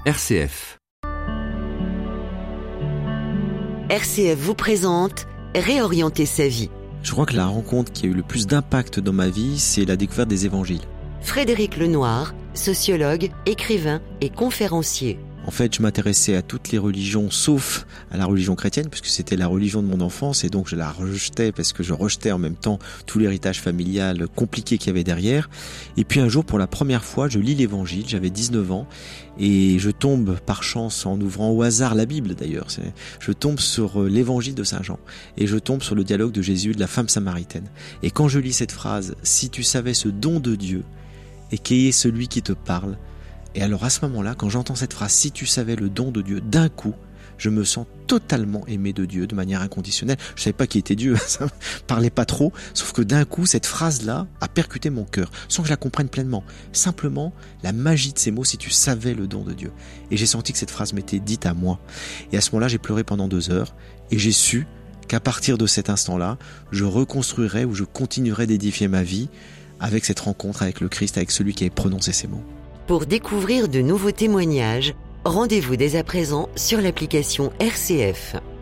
RCF. RCF vous présente Réorienter sa vie. Je crois que la rencontre qui a eu le plus d'impact dans ma vie, c'est la découverte des évangiles. Frédéric Lenoir, sociologue, écrivain et conférencier. En fait, je m'intéressais à toutes les religions, sauf à la religion chrétienne, puisque c'était la religion de mon enfance, et donc je la rejetais, parce que je rejetais en même temps tout l'héritage familial compliqué qu'il y avait derrière. Et puis un jour, pour la première fois, je lis l'évangile, j'avais 19 ans, et je tombe par chance, en ouvrant au hasard la Bible d'ailleurs, je tombe sur l'évangile de Saint Jean, et je tombe sur le dialogue de Jésus et de la femme samaritaine. Et quand je lis cette phrase, « Si tu savais ce don de Dieu, et qui est celui qui te parle », et alors à ce moment-là, quand j'entends cette phrase « Si tu savais le don de Dieu », d'un coup, je me sens totalement aimé de Dieu de manière inconditionnelle. Je savais pas qui était Dieu, ça me parlait pas trop, sauf que d'un coup, cette phrase-là a percuté mon cœur, sans que je la comprenne pleinement. Simplement, la magie de ces mots « Si tu savais le don de Dieu ». Et j'ai senti que cette phrase m'était dite à moi. Et à ce moment-là, j'ai pleuré pendant 2 heures, et j'ai su qu'à partir de cet instant-là, je reconstruirais ou je continuerais d'édifier ma vie avec cette rencontre avec le Christ, avec celui qui avait prononcé ces mots. Pour découvrir de nouveaux témoignages, rendez-vous dès à présent sur l'application RCF.